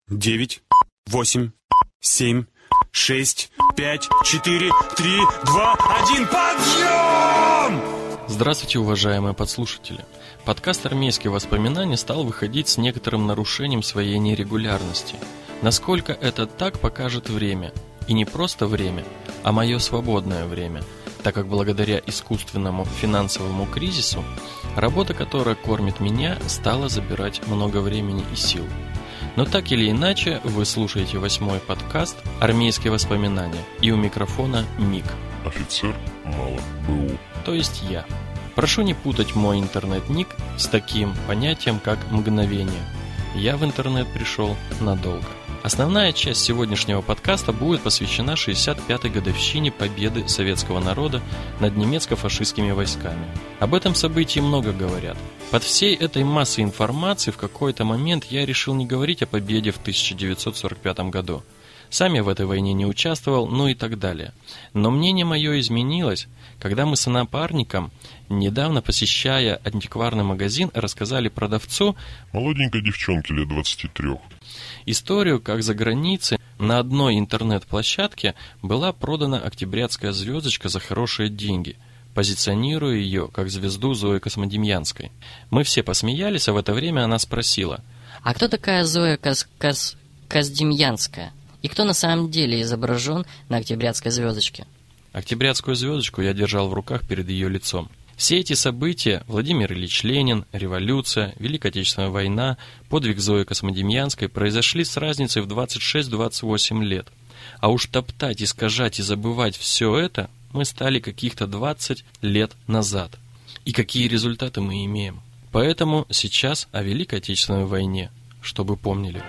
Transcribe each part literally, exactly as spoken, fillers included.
девять, восемь, семь, шесть, пять, четыре, три, два, один, подъем! Здравствуйте, уважаемые подслушатели. Подкаст «Армейские воспоминания» стал выходить с некоторым нарушением своей нерегулярности. Насколько это так, покажет время. И не просто время, а мое свободное время, так как благодаря искусственному финансовому кризису работа, которая кормит меня, стала забирать много времени и сил. Но так или иначе, вы слушаете восьмой подкаст «Армейские воспоминания», и у микрофона Мик. Офицер мало БУ. То есть я. Прошу не путать мой интернет-ник с таким понятием, как мгновение. Я в интернет пришел надолго. Основная часть сегодняшнего подкаста будет посвящена шестьдесят пятой годовщине победы советского народа над немецко-фашистскими войсками. Об этом событии много говорят. Под всей этой массой информации в какой-то момент я решил не говорить о победе в тысяча девятьсот сорок пятом году. Сам я в этой войне не участвовал, ну и так далее. Но мнение мое изменилось, когда мы с напарником, недавно посещая антикварный магазин, рассказали продавцу молоденькой девчонке лет двадцати трёх историю, как за границей на одной интернет-площадке была продана октябрятская звездочка за хорошие деньги, позиционируя ее как звезду Зои Космодемьянской. Мы все посмеялись, а в это время она спросила: «А кто такая Зоя Кос- Кос- Косдемьянская? И кто на самом деле изображен на октябрятской звездочке?» Октябрятскую звездочку я держал в руках перед ее лицом. Все эти события – Владимир Ильич Ленин, революция, Великая Отечественная война, подвиг Зои Космодемьянской – произошли с разницей в двадцать шесть - двадцать восемь лет. А уж топтать, искажать и забывать все это мы стали каких-то двадцать лет назад. И какие результаты мы имеем? Поэтому сейчас о Великой Отечественной войне, чтобы помнили.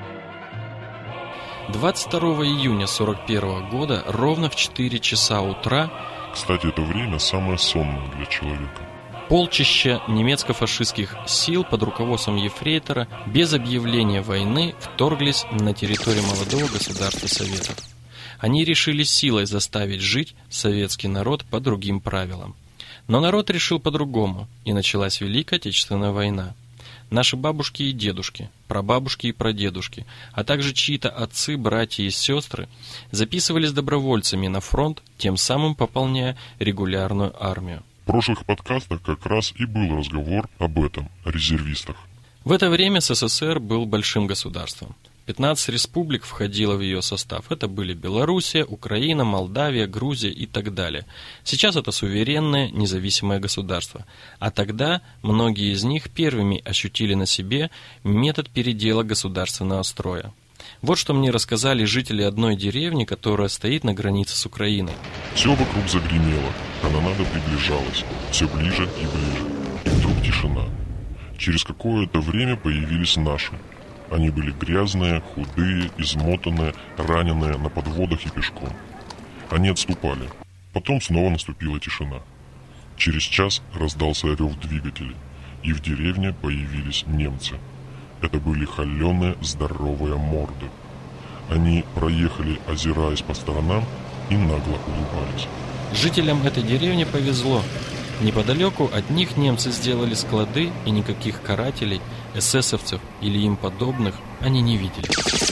двадцать второго июня сорок первого года ровно в четыре часа утра, кстати, это время самое сонное для человека, полчища немецко-фашистских сил под руководством ефрейтора без объявления войны вторглись на территорию молодого государства Советов. Они решили силой заставить жить советский народ по другим правилам. Но народ решил по-другому, и началась Великая Отечественная война. Наши бабушки и дедушки, прабабушки и прадедушки, а также чьи-то отцы, братья и сестры записывались добровольцами на фронт, тем самым пополняя регулярную армию. В прошлых подкастах как раз и был разговор об этом, о резервистах. В это время СССР был большим государством. пятнадцать республик входило в ее состав. Это были Белоруссия, Украина, Молдавия, Грузия и так далее. Сейчас это суверенное, независимое государство. А тогда многие из них первыми ощутили на себе метод передела государственного строя. Вот что мне рассказали жители одной деревни, которая стоит на границе с Украиной. Все вокруг загремело, канонада приближалась, все ближе и ближе. И вдруг тишина. Через какое-то время появились наши. Они были грязные, худые, измотанные, раненые на подводах и пешком. Они отступали. Потом снова наступила тишина. Через час раздался рев двигателей, и в деревне появились немцы. Это были холеные, здоровые морды. Они проехали, озираясь по сторонам, и нагло улыбались. Жителям этой деревни повезло. Неподалеку от них немцы сделали склады, и никаких карателей, эсэсовцев или им подобных они не видели.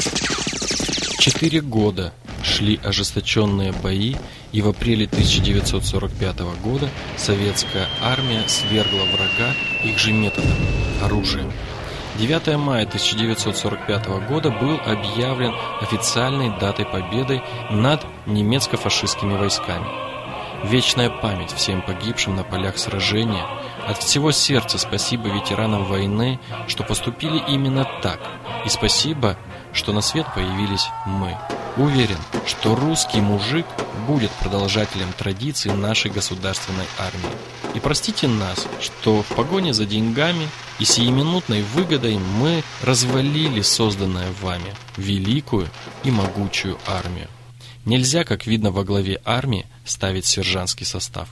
Четыре года шли ожесточенные бои, и в апреле тысяча девятьсот сорок пятого года советская армия свергла врага их же методом – оружием. девятого мая тысяча девятьсот сорок пятого года был объявлен официальной датой победы над немецко-фашистскими войсками. Вечная память всем погибшим на полях сражения. От всего сердца спасибо ветеранам войны, что поступили именно так. И спасибо, что на свет появились мы. Уверен, что русский мужик будет продолжателем традиций нашей государственной армии. И простите нас, что в погоне за деньгами и сиюминутной выгодой мы развалили созданное вами великую и могучую армию. Нельзя, как видно во главе армии, ставить сержантский состав.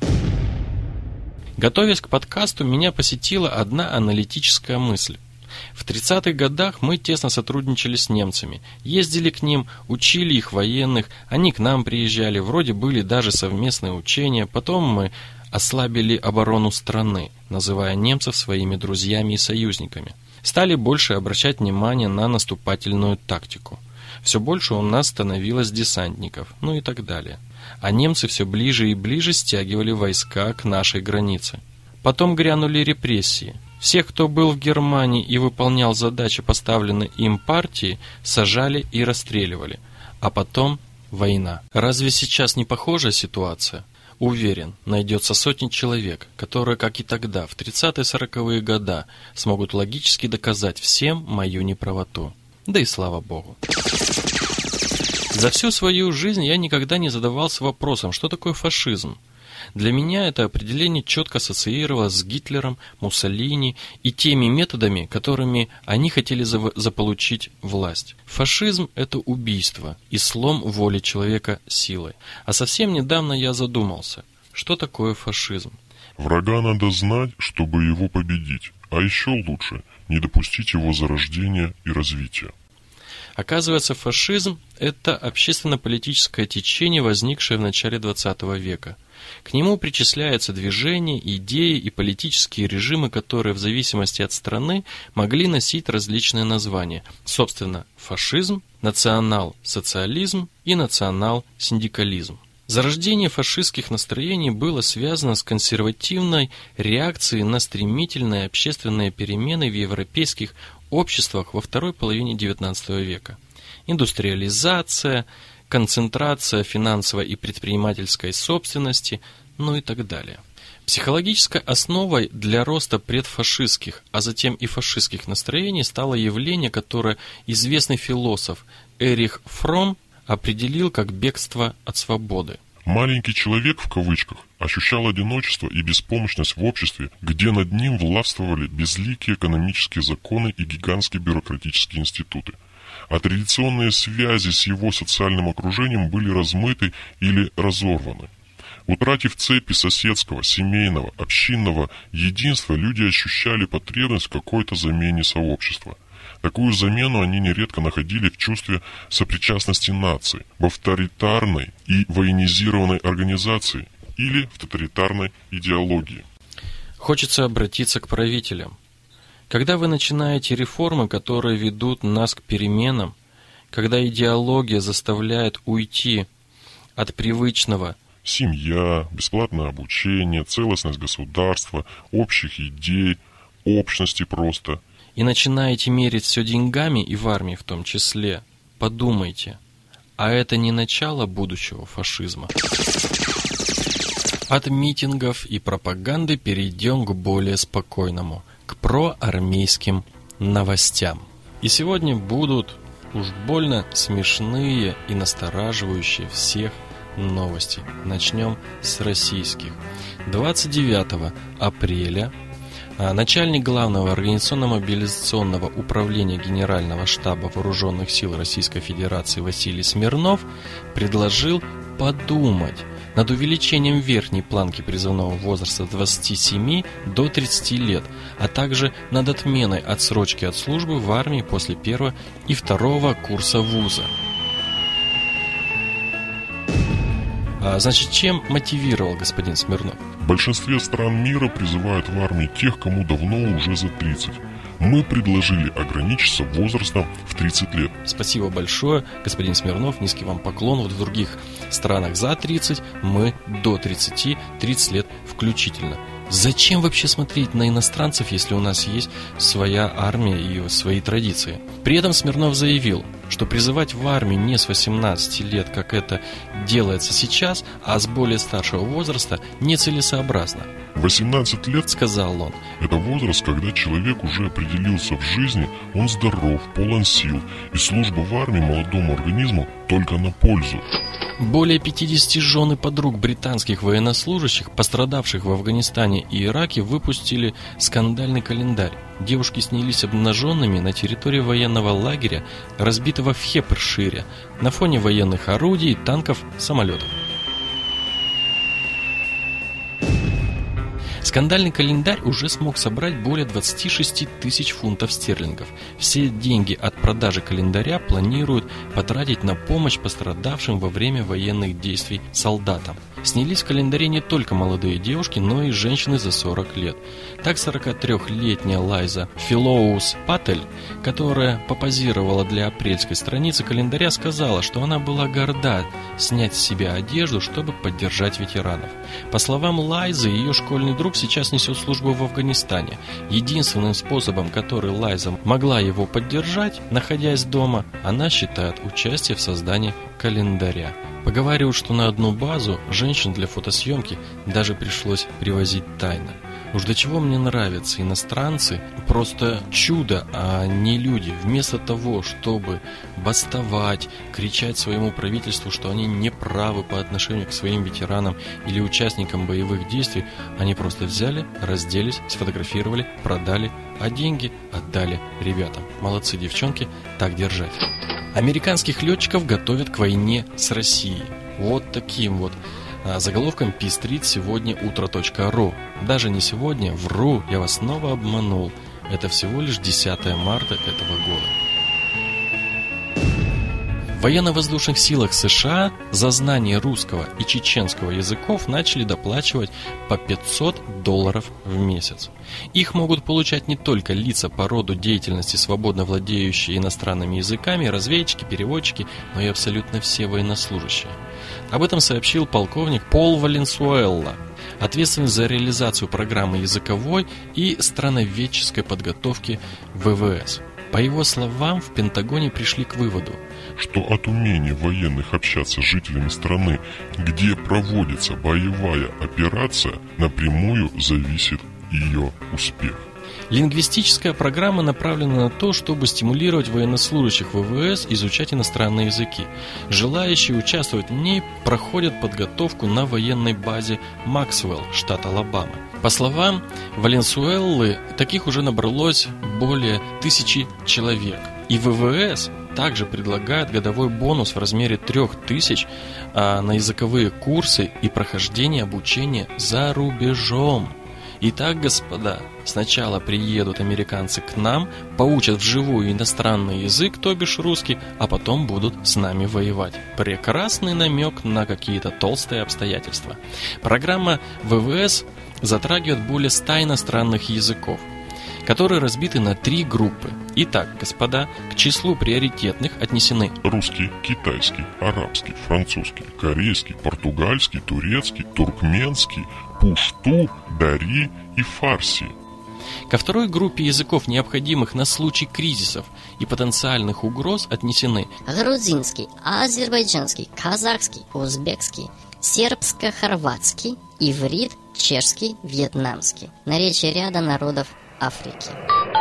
Готовясь к подкасту, меня посетила одна аналитическая мысль. В тридцатых годах мы тесно сотрудничали с немцами, ездили к ним, учили их военных, они к нам приезжали, вроде были даже совместные учения, потом мы ослабили оборону страны, называя немцев своими друзьями и союзниками. Стали больше обращать внимание на наступательную тактику. Все больше у нас становилось десантников, ну и так далее. А немцы все ближе и ближе стягивали войска к нашей границе. Потом грянули репрессии. Всех, кто был в Германии и выполнял задачи, поставленные им партией, сажали и расстреливали. А потом война. Разве сейчас не похожая ситуация? Уверен, найдется сотни человек, которые, как и тогда, в тридцатые-сороковые года, смогут логически доказать всем мою неправоту. Да и слава Богу. За всю свою жизнь я никогда не задавался вопросом, что такое фашизм. Для меня это определение четко ассоциировалось с Гитлером, Муссолини и теми методами, которыми они хотели заполучить власть. Фашизм – это убийство и слом воли человека силой. А совсем недавно я задумался, что такое фашизм. Врага надо знать, чтобы его победить, а еще лучше – не допустить его зарождения и развития. Оказывается, фашизм – это общественно-политическое течение, возникшее в начале двадцатого века. К нему причисляются движения, идеи и политические режимы, которые в зависимости от страны могли носить различные названия. Собственно, фашизм, национал-социализм и национал-синдикализм. Зарождение фашистских настроений было связано с консервативной реакцией на стремительные общественные перемены в европейских обществах во второй половине девятнадцатого века. Индустриализация, концентрация финансовой и предпринимательской собственности, ну и так далее. Психологической основой для роста предфашистских, а затем и фашистских настроений стало явление, которое известный философ Эрих Фромм определил как бегство от свободы. Маленький человек, в кавычках, ощущал одиночество и беспомощность в обществе, где над ним властвовали безликие экономические законы и гигантские бюрократические институты. А традиционные связи с его социальным окружением были размыты или разорваны. Утратив цепи соседского, семейного, общинного единства, люди ощущали потребность в какой-то замене сообщества. Такую замену они нередко находили в чувстве сопричастности нации, в авторитарной и военизированной организации или в тоталитарной идеологии. Хочется обратиться к правителям. Когда вы начинаете реформы, которые ведут нас к переменам, когда идеология заставляет уйти от привычного семья, бесплатное обучение, целостность государства, общих идей, общности просто – и начинаете мерить все деньгами, и в армии в том числе, подумайте, а это не начало будущего фашизма? От митингов и пропаганды перейдем к более спокойному, к проармейским новостям. И сегодня будут уж больно смешные и настораживающие всех новости. Начнем с российских. двадцать девятого апреля начальник Главного организационно-мобилизационного управления Генерального штаба Вооруженных сил Российской Федерации Василий Смирнов предложил подумать над увеличением верхней планки призывного возраста с двадцати семи до тридцати лет, а также над отменой отсрочки от службы в армии после первого и второго курса вуза. Значит, чем мотивировал господин Смирнов? В большинстве стран мира призывают в армию тех, кому давно уже за тридцать. Мы предложили ограничиться возрастом в тридцать лет. Спасибо большое, господин Смирнов, низкий вам поклон. Вот в других странах за тридцать, мы до тридцати, тридцать лет включительно. Зачем вообще смотреть на иностранцев, если у нас есть своя армия и свои традиции? При этом Смирнов заявил, что призывать в армию не с восемнадцати лет, как это делается сейчас, а с более старшего возраста нецелесообразно. восемнадцать лет, сказал он, это возраст, когда человек уже определился в жизни, он здоров, полон сил, и служба в армии молодому организму только на пользу. Более пятидесяти жен и подруг британских военнослужащих, пострадавших в Афганистане и Ираке, выпустили скандальный календарь. Девушки снялись обнаженными на территории военного лагеря, разбитого в Хеппершире, на фоне военных орудий, танков, самолетов. Скандальный календарь уже смог собрать более двадцати шести тысяч фунтов стерлингов. Все деньги от продажи календаря планируют потратить на помощь пострадавшим во время военных действий солдатам. Снялись в календаре не только молодые девушки, но и женщины за сорок лет. Так сорокатрёхлетняя Лайза Филлоус Паттель, которая попозировала для апрельской страницы календаря, сказала, что она была горда снять с себя одежду, чтобы поддержать ветеранов. По словам Лайзы, ее школьный друг сейчас несет службу в Афганистане. Единственным способом, который Лайза могла его поддержать, находясь дома, она считает участие в создании календаря. Поговаривают, что на одну базу женщин для фотосъемки даже пришлось привозить тайно. Уж до чего мне нравятся иностранцы, просто чудо, а не люди. Вместо того, чтобы бастовать, кричать своему правительству, что они не правы по отношению к своим ветеранам или участникам боевых действий, они просто взяли, разделись, сфотографировали, продали, а деньги отдали ребятам. Молодцы, девчонки, так держать. Американских летчиков готовят к войне с Россией. Вот таким вот заголовком пестрит сегодня утро точка ру. Даже не сегодня, вру, я вас снова обманул. Это всего лишь десятое марта этого года. В военно-воздушных силах США за знание русского и чеченского языков начали доплачивать по пятьсот долларов в месяц. Их могут получать не только лица по роду деятельности, свободно владеющие иностранными языками, разведчики, переводчики, но и абсолютно все военнослужащие. Об этом сообщил полковник Пол Валенсуэла, ответственный за реализацию программы языковой и страноведческой подготовки вэ вэ эс. По его словам, в Пентагоне пришли к выводу, что от умения военных общаться с жителями страны, где проводится боевая операция, напрямую зависит ее успех. Лингвистическая программа направлена на то, чтобы стимулировать военнослужащих вэ вэ эс изучать иностранные языки. Желающие участвовать в ней проходят подготовку на военной базе Максвелл, штат Алабама. По словам Валенсуэллы, таких уже набралось более тысячи человек. И вэ вэ эс также предлагает годовой бонус в размере трех тысяч а, на языковые курсы и прохождение обучения за рубежом. Итак, господа, сначала приедут американцы к нам, поучат вживую иностранный язык, то бишь русский, а потом будут с нами воевать. Прекрасный намек на какие-то толстые обстоятельства. Программа вэ вэ эс затрагивает более ста иностранных языков, которые разбиты на три группы. Итак, господа, к числу приоритетных отнесены русский, китайский, арабский, французский, корейский, португальский, турецкий, туркменский, пушту, дари и фарси. Ко второй группе языков, необходимых на случай кризисов и потенциальных угроз, отнесены грузинский, азербайджанский, казахский, узбекский, сербско-хорватский, иврит, чешский, вьетнамский. Наречия ряда народов Африки.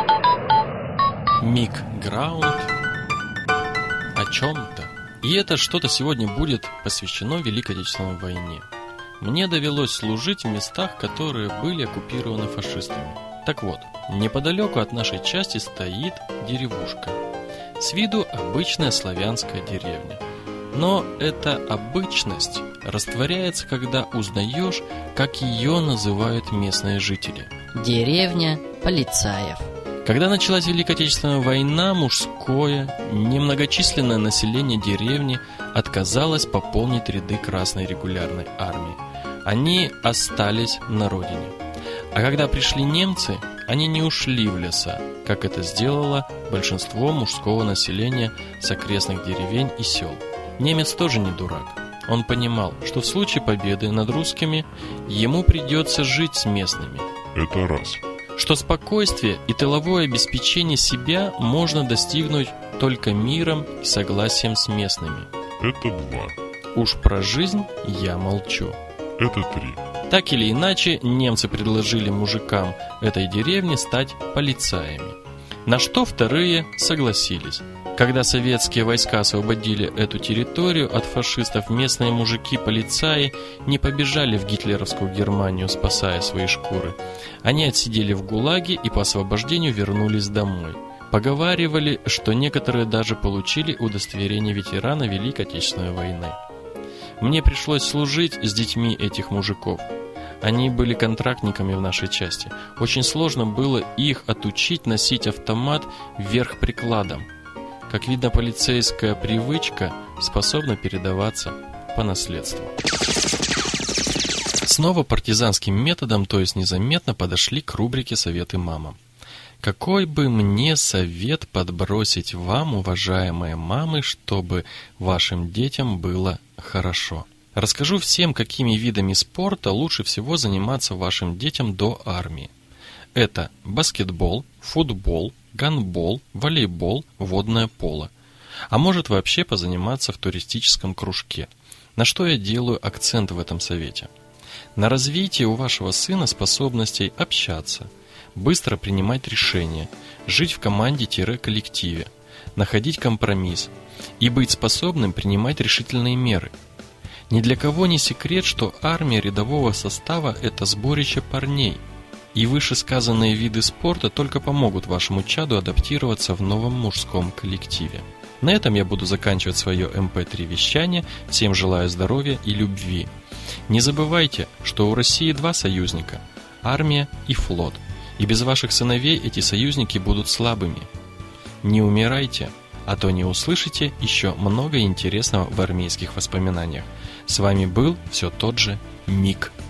Миг Граунд о чем-то. И это что-то сегодня будет посвящено Великой Отечественной войне. Мне довелось служить в местах, которые были оккупированы фашистами. Так вот, неподалеку от нашей части стоит деревушка. С виду обычная славянская деревня. Но эта обычность растворяется, когда узнаешь, как ее называют местные жители. Деревня Полицаев. Когда началась Великая Отечественная война, мужское, немногочисленное население деревни отказалось пополнить ряды Красной регулярной армии. Они остались на родине. А когда пришли немцы, они не ушли в леса, как это сделало большинство мужского населения с окрестных деревень и сел. Немец тоже не дурак. Он понимал, что в случае победы над русскими ему придется жить с местными. Это раз. Что спокойствие и тыловое обеспечение себя можно достигнуть только миром и согласием с местными. Это два. Уж про жизнь я молчу. Это три. Так или иначе, немцы предложили мужикам этой деревни стать полицаями. На что вторые согласились. Когда советские войска освободили эту территорию от фашистов, местные мужики-полицаи не побежали в гитлеровскую Германию, спасая свои шкуры. Они отсидели в ГУЛАГе и по освобождению вернулись домой. Поговаривали, что некоторые даже получили удостоверение ветерана Великой Отечественной войны. Мне пришлось служить с детьми этих мужиков. Они были контрактниками в нашей части. Очень сложно было их отучить носить автомат вверх прикладом. Как видно, полицейская привычка способна передаваться по наследству. Снова партизанским методом, то есть незаметно, подошли к рубрике «Советы мамам». Какой бы мне совет подбросить вам, уважаемые мамы, чтобы вашим детям было хорошо? Расскажу всем, какими видами спорта лучше всего заниматься вашим детям до армии. Это баскетбол, футбол, гандбол, волейбол, водное поло. А может вообще позаниматься в туристическом кружке. На что я делаю акцент в этом совете? На развитие у вашего сына способностей общаться, быстро принимать решения, жить в команде-коллективе, находить компромисс и быть способным принимать решительные меры. Ни для кого не секрет, что армия рядового состава – это сборище парней, и вышесказанные виды спорта только помогут вашему чаду адаптироваться в новом мужском коллективе. На этом я буду заканчивать свое эм пэ три вещание. Всем желаю здоровья и любви. Не забывайте, что у России два союзника – армия и флот. И без ваших сыновей эти союзники будут слабыми. Не умирайте, а то не услышите еще много интересного в армейских воспоминаниях. С вами был все тот же Ник.